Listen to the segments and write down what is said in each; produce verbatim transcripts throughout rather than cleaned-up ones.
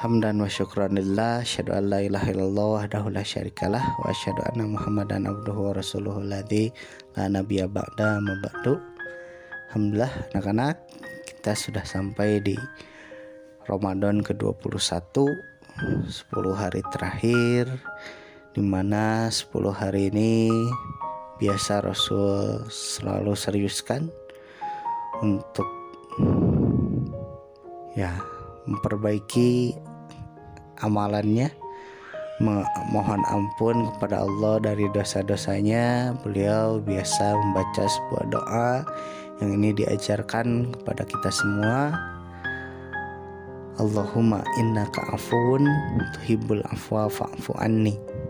Hamdan wa syukran lillah, asyhadu an la ilaha illallah wahdahu la syarikalah wa asyhadu anna Muhammadan abduhu wa rasuluhu alladzi la nabiyya ba'da ma ba'du. Alhamdulillah anak-anak, kita sudah sampai di Ramadan ke dua puluh satu, sepuluh hari terakhir, di mana sepuluh hari ini biasa Rasul selalu seriuskan untuk ya memperbaiki amalannya, mohon ampun kepada Allah dari dosa-dosanya. Beliau biasa membaca sebuah doa yang ini diajarkan kepada kita semua. Allahumma innaka afuun tuhibbul afwa fa'fu anni.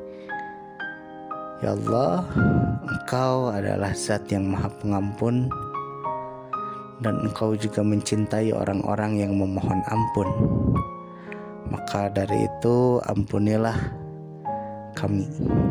Ya Allah, Engkau adalah zat yang maha pengampun, dan Engkau juga mencintai orang-orang yang memohon ampun. Maka dari itu ampunilah kami.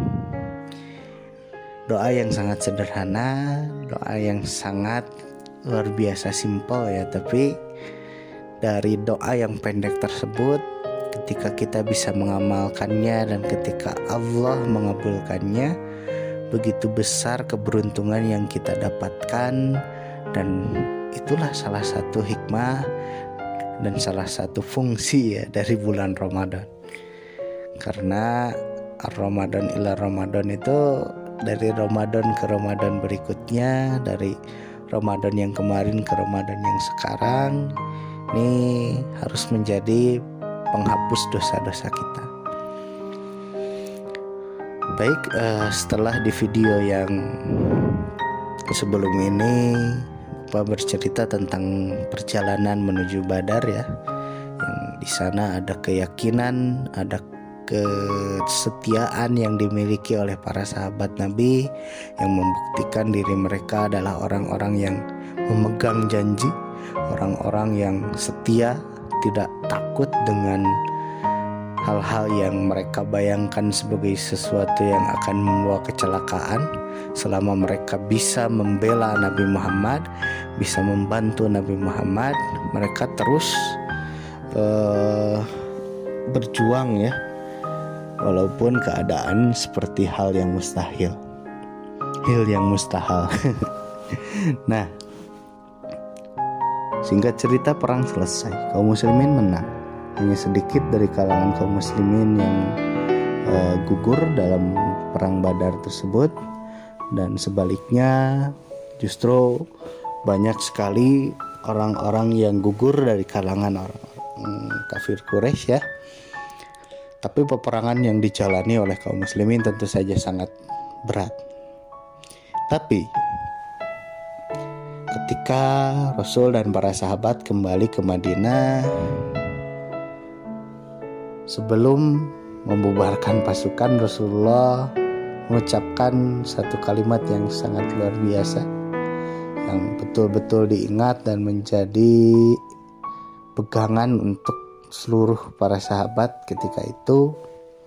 Doa yang sangat sederhana, doa yang sangat luar biasa simpel ya, tapi dari doa yang pendek tersebut, ketika kita bisa mengamalkannya dan ketika Allah mengabulkannya, begitu besar keberuntungan yang kita dapatkan. Dan itulah salah satu hikmah dan salah satu fungsi ya dari bulan Ramadan. Karena Ramadan ila Ramadan itu dari Ramadan ke Ramadan berikutnya, dari Ramadan yang kemarin ke Ramadan yang sekarang, ini harus menjadi penghapus dosa-dosa kita. Baik, uh, setelah di video yang sebelum ini Bapak bercerita tentang perjalanan menuju Badar ya, yang di sana ada keyakinan, ada kesetiaan yang dimiliki oleh para sahabat Nabi yang membuktikan diri mereka adalah orang-orang yang memegang janji, orang-orang yang setia, tidak takut dengan hal-hal yang mereka bayangkan sebagai sesuatu yang akan membawa kecelakaan. Selama mereka bisa membela Nabi Muhammad, bisa membantu Nabi Muhammad, mereka terus uh, berjuang ya, walaupun keadaan seperti hal yang mustahil, hal yang mustahil. Nah, singkat cerita, perang selesai, kaum muslimin menang. Hanya sedikit dari kalangan kaum muslimin yang uh, gugur dalam perang Badar tersebut, dan sebaliknya justru banyak sekali orang-orang yang gugur dari kalangan orang kafir Quraisy ya. Tapi peperangan yang dijalani oleh kaum muslimin tentu saja sangat berat. Tapi ketika Rasul dan para sahabat kembali ke Madinah, sebelum membubarkan pasukan, Rasulullah mengucapkan satu kalimat yang sangat luar biasa, yang betul-betul diingat dan menjadi pegangan untuk seluruh para sahabat ketika itu.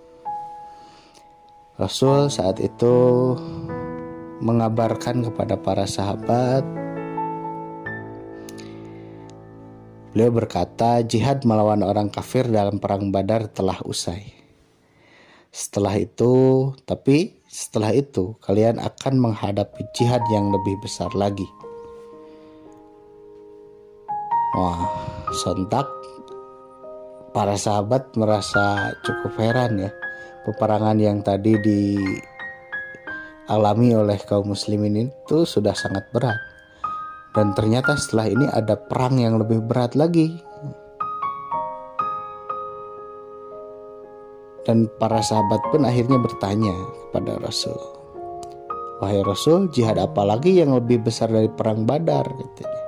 Rasul saat itu mengabarkan kepada para sahabat, beliau berkata, jihad melawan orang kafir dalam perang Badar telah usai. Setelah itu, tapi setelah itu kalian akan menghadapi jihad yang lebih besar lagi. Wah, sontak para sahabat merasa cukup heran ya. Peperangan yang tadi dialami oleh kaum muslimin itu sudah sangat berat, dan ternyata setelah ini ada perang yang lebih berat lagi. Dan para sahabat pun akhirnya bertanya kepada Rasul, wahai Rasul, jihad apa lagi yang lebih besar dari perang Badar? Katanya.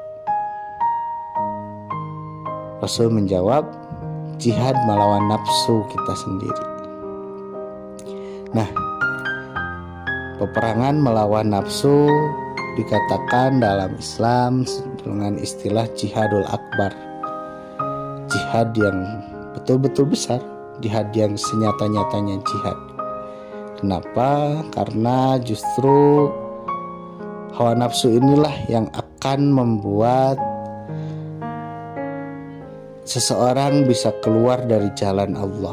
Rasul menjawab, jihad melawan nafsu kita sendiri. Nah, peperangan melawan nafsu dikatakan dalam Islam dengan istilah jihadul akbar, jihad yang betul-betul besar, jihad yang senyata-nyatanya jihad. Kenapa? Karena justru hawa nafsu inilah yang akan membuat seseorang bisa keluar dari jalan Allah.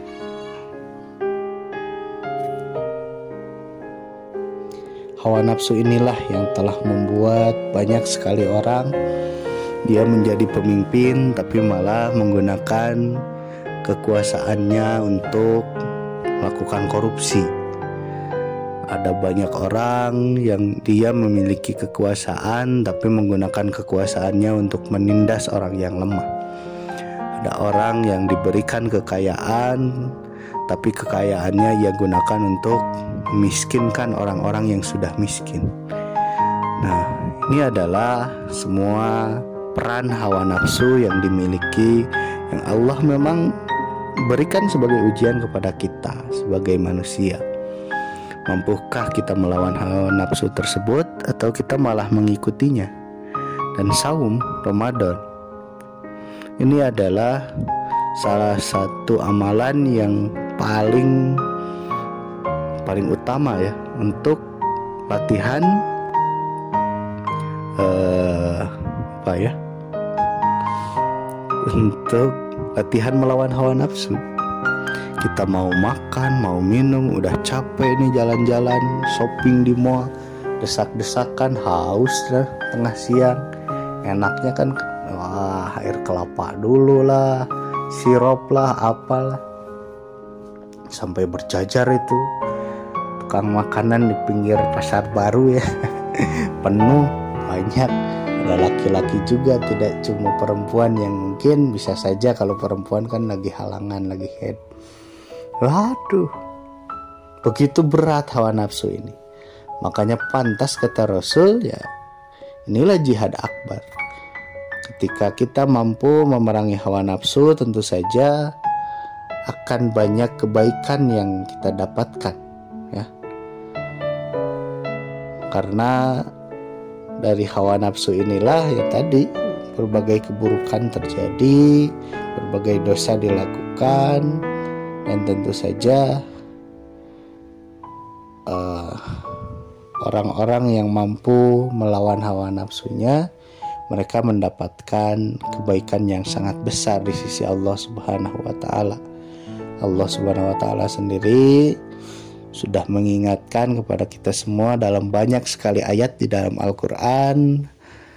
Hawa nafsu inilah yang telah membuat banyak sekali orang dia menjadi pemimpin tapi malah menggunakan kekuasaannya untuk melakukan korupsi. Ada banyak orang yang dia memiliki kekuasaan tapi menggunakan kekuasaannya untuk menindas orang yang lemah. Ada orang yang diberikan kekayaan tapi kekayaannya ia gunakan untuk memiskinkan orang-orang yang sudah miskin. Nah, ini adalah semua peran hawa nafsu yang dimiliki, yang Allah memang berikan sebagai ujian kepada kita sebagai manusia. Mampukah kita melawan hawa nafsu tersebut atau kita malah mengikutinya? Dan saum Ramadan ini adalah salah satu amalan yang paling paling utama ya untuk latihan uh, apa ya untuk latihan melawan hawa nafsu. Kita mau makan, mau minum, udah capek nih jalan-jalan, shopping di mall, desak-desakan, haus lah tengah siang. Enaknya kan wah, air kelapa dulu lah, sirup lah, apalah. Sampai berjajar itu tukang makanan di pinggir pasar baru ya. Penuh, banyak. Ada laki-laki juga, tidak cuma perempuan yang mungkin bisa saja kalau perempuan kan lagi halangan, lagi head. Waduh, begitu berat hawa nafsu ini. Makanya pantas kata Rasul ya, inilah jihad akbar. Ketika kita mampu memerangi hawa nafsu, tentu saja akan banyak kebaikan yang kita dapatkan ya. Karena dari hawa nafsu inilah ya tadi berbagai keburukan terjadi, berbagai dosa dilakukan, dan tentu saja uh, orang-orang yang mampu melawan hawa nafsunya, mereka mendapatkan kebaikan yang sangat besar di sisi Allah Subhanahu wa taala. Allah Subhanahu wa taala sendiri sudah mengingatkan kepada kita semua dalam banyak sekali ayat di dalam Al-Qur'an,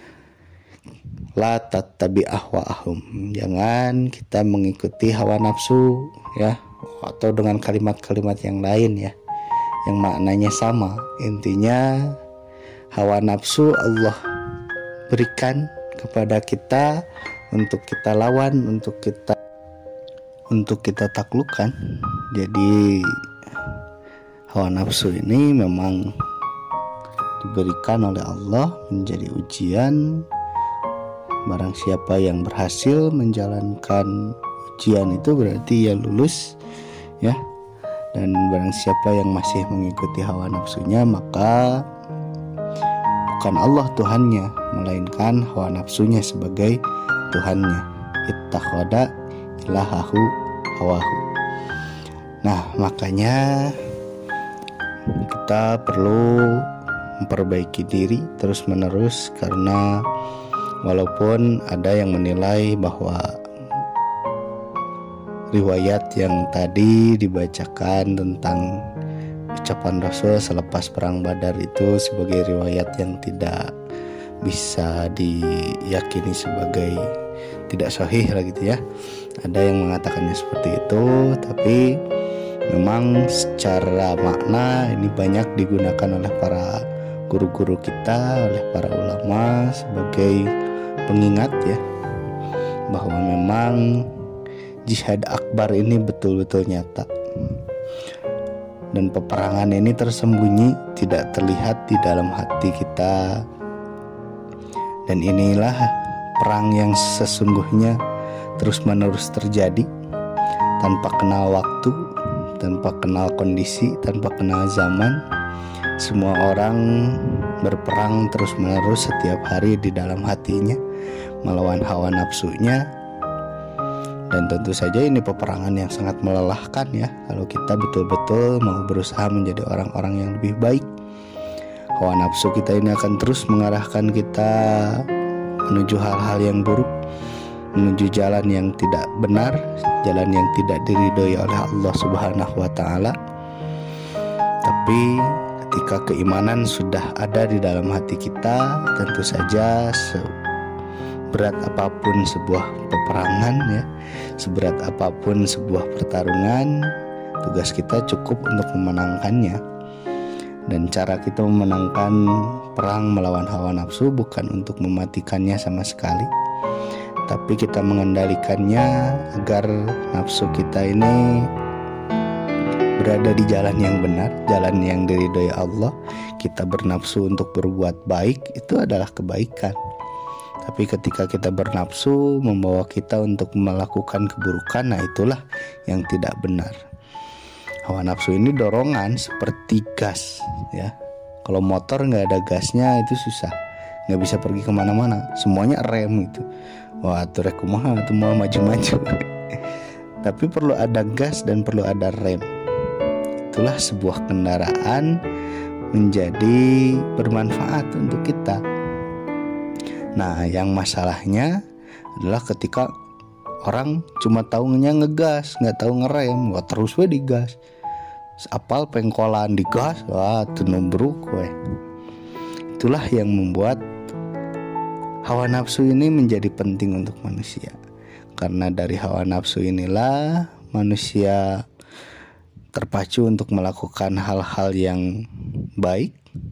la tattabi ahwa'ahum, jangan kita mengikuti hawa nafsu ya, atau dengan kalimat-kalimat yang lain ya yang maknanya sama. Intinya hawa nafsu Allah berikan kepada kita untuk kita lawan, untuk kita untuk kita taklukkan. Jadi hawa nafsu ini memang diberikan oleh Allah menjadi ujian. Barang siapa yang berhasil menjalankan ujian itu berarti ia lulus ya. Dan barang siapa yang masih mengikuti hawa nafsunya, maka bukan Allah Tuhannya, melainkan hawa nafsunya sebagai Tuhannya. Ittakhadha ilahahu hawahu. Nah, makanya kita perlu memperbaiki diri terus-menerus, karena walaupun ada yang menilai bahwa riwayat yang tadi dibacakan tentang ucapan Rasul selepas perang Badar itu sebagai riwayat yang tidak bisa diyakini sebagai tidak sahih lah gitu ya. Ada yang mengatakannya seperti itu, tapi memang secara makna ini banyak digunakan oleh para guru-guru kita, oleh para ulama sebagai pengingat ya, bahwa memang jihad akbar ini betul-betul nyata. Dan peperangan ini tersembunyi, tidak terlihat di dalam hati kita. Dan inilah perang yang sesungguhnya terus-menerus terjadi, tanpa kenal waktu, tanpa kenal kondisi, tanpa kenal zaman. Semua orang berperang terus-menerus setiap hari di dalam hatinya, melawan hawa nafsunya. Dan tentu saja ini peperangan yang sangat melelahkan ya, kalau kita betul-betul mau berusaha menjadi orang-orang yang lebih baik. Hawa nafsu kita ini akan terus mengarahkan kita menuju hal-hal yang buruk, menuju jalan yang tidak benar, jalan yang tidak diridhoi oleh Allah Subhanahu wa taala. Tapi ketika keimanan sudah ada di dalam hati kita, tentu saja seberat apapun sebuah peperangan ya, seberat apapun sebuah pertarungan, tugas kita cukup untuk memenangkannya. Dan cara kita memenangkan perang melawan hawa nafsu bukan untuk mematikannya sama sekali, tapi kita mengendalikannya agar nafsu kita ini berada di jalan yang benar, jalan yang diridhoi Allah. Kita bernafsu untuk berbuat baik, itu adalah kebaikan. Tapi ketika kita bernafsu membawa kita untuk melakukan keburukan, nah itulah yang tidak benar. Hawa nafsu ini dorongan seperti gas ya. Kalau motor nggak ada gasnya itu susah, nggak bisa pergi kemana-mana, semuanya rem itu. Wah tuh rekumaha tuh mau maju-maju. Tapi perlu ada gas dan perlu ada rem. Itulah sebuah kendaraan menjadi bermanfaat untuk kita. Nah yang masalahnya adalah ketika orang cuma tahunya ngegas, nggak tahu ngerem, wah terus we digas. Apal pengkolan digas, wah tuh numbruk we. Itulah yang membuat hawa nafsu ini menjadi penting untuk manusia. Karena dari hawa nafsu inilah manusia terpacu untuk melakukan hal-hal yang baik.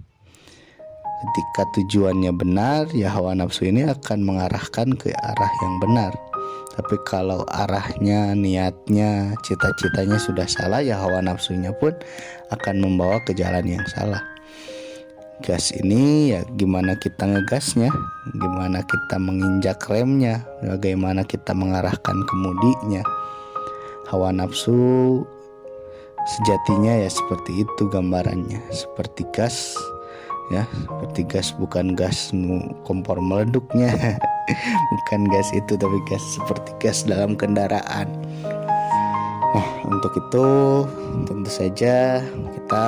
Ketika tujuannya benar, ya hawa nafsu ini akan mengarahkan ke arah yang benar. Tapi kalau arahnya, niatnya, cita-citanya sudah salah, ya hawa nafsunya pun akan membawa ke jalan yang salah. Gas ini ya gimana kita ngegasnya, gimana kita menginjak remnya, bagaimana kita mengarahkan kemudinya. Hawa nafsu sejatinya ya seperti itu gambarannya, seperti gas ya, seperti gas, bukan gas kompor meleduknya. Bukan gas itu, tapi gas seperti gas dalam kendaraan. Nah untuk itu tentu saja kita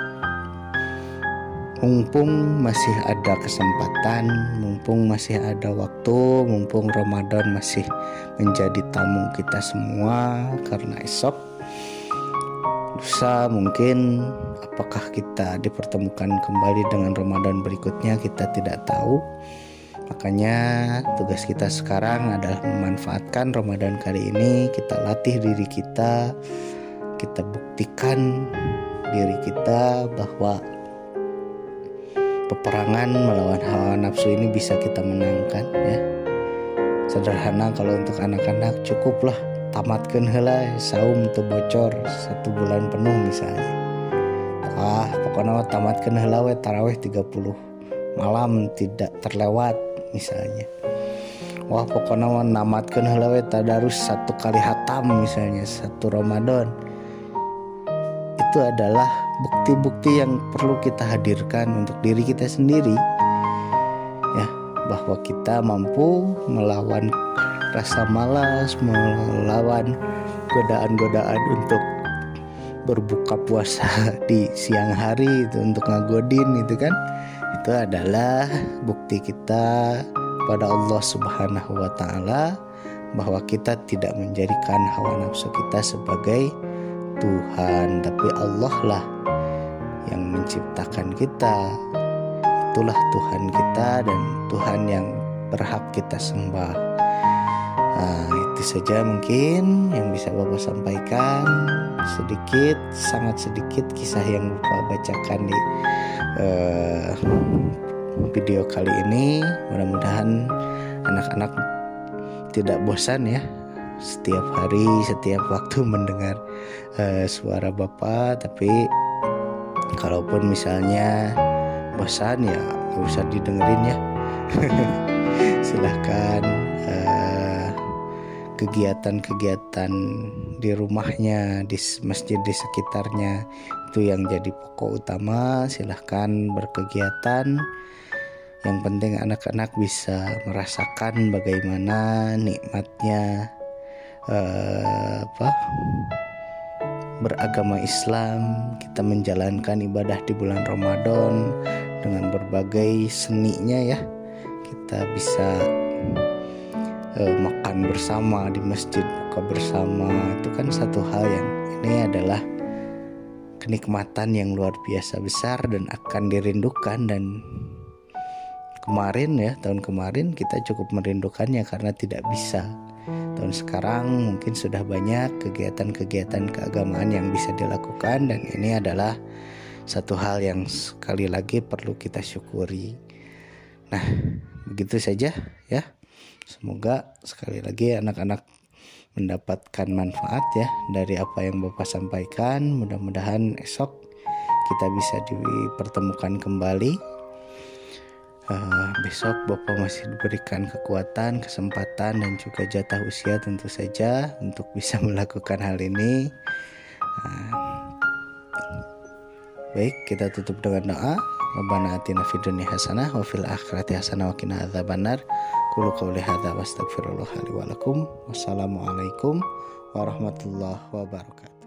mumpung masih ada kesempatan, mumpung masih ada waktu, mumpung Ramadan masih menjadi tamu kita semua, karena esok lusa mungkin apakah kita dipertemukan kembali dengan Ramadan berikutnya, kita tidak tahu. Makanya tugas kita sekarang adalah memanfaatkan Ramadan kali ini, kita latih diri kita, kita buktikan diri kita bahwa peperangan melawan hawa nafsu ini bisa kita menangkan ya. Sederhana kalau untuk anak-anak, cukuplah tamatkan heula saum teu bocor satu bulan penuh misalnya. Ah pokoknya tamatkan heula we tarawih tiga puluh malam tidak terlewat misalnya. Wah pokoknya namatkan heula we tadarus satu kali hatam misalnya satu Ramadan. Itu adalah bukti-bukti yang perlu kita hadirkan untuk diri kita sendiri ya, bahwa kita mampu melawan rasa malas, melawan godaan-godaan untuk berbuka puasa di siang hari itu, untuk ngagodin itu kan. Itu adalah bukti kita pada Allah Subhanahu wa taala bahwa kita tidak menjadikan hawa nafsu kita sebagai Tuhan, tapi Allah lah yang menciptakan kita. Itulah Tuhan kita dan Tuhan yang berhak kita sembah. Nah, itu saja mungkin yang bisa Bapak sampaikan, sedikit, sangat sedikit kisah yang Bapak bacakan di uh, video kali ini. Mudah-mudahan anak-anak tidak bosan ya setiap hari, setiap waktu mendengar uh, suara Bapak. Tapi kalaupun misalnya bosan ya gak usah didengerin ya. Silahkan uh, kegiatan-kegiatan di rumahnya, di masjid di sekitarnya itu yang jadi pokok utama. Silahkan berkegiatan. Yang penting anak-anak bisa merasakan bagaimana nikmatnya uh, apa beragama Islam, kita menjalankan ibadah di bulan Ramadan dengan berbagai seninya ya. Kita bisa eh, makan bersama di masjid, buka bersama, itu kan satu hal yang ini adalah kenikmatan yang luar biasa besar dan akan dirindukan. Dan kemarin ya, tahun kemarin kita cukup merindukannya karena tidak bisa. Tahun sekarang mungkin sudah banyak kegiatan-kegiatan keagamaan yang bisa dilakukan, dan ini adalah satu hal yang sekali lagi perlu kita syukuri. Nah, begitu saja ya. Semoga sekali lagi anak-anak mendapatkan manfaat ya dari apa yang Bapak sampaikan. Mudah-mudahan esok kita bisa dipertemukan kembali. Uh, besok Bapak masih diberikan kekuatan, kesempatan, dan juga jatah usia tentu saja untuk bisa melakukan hal ini. Uh, baik, kita tutup dengan doa. Rabbana atina fid dunya hasanah wa fil akhirati hasanah wa qina adzabannar. Qulu qouli hadza wastaghfirullah li wa lakum. Wassalamualaikum warahmatullahi wabarakatuh.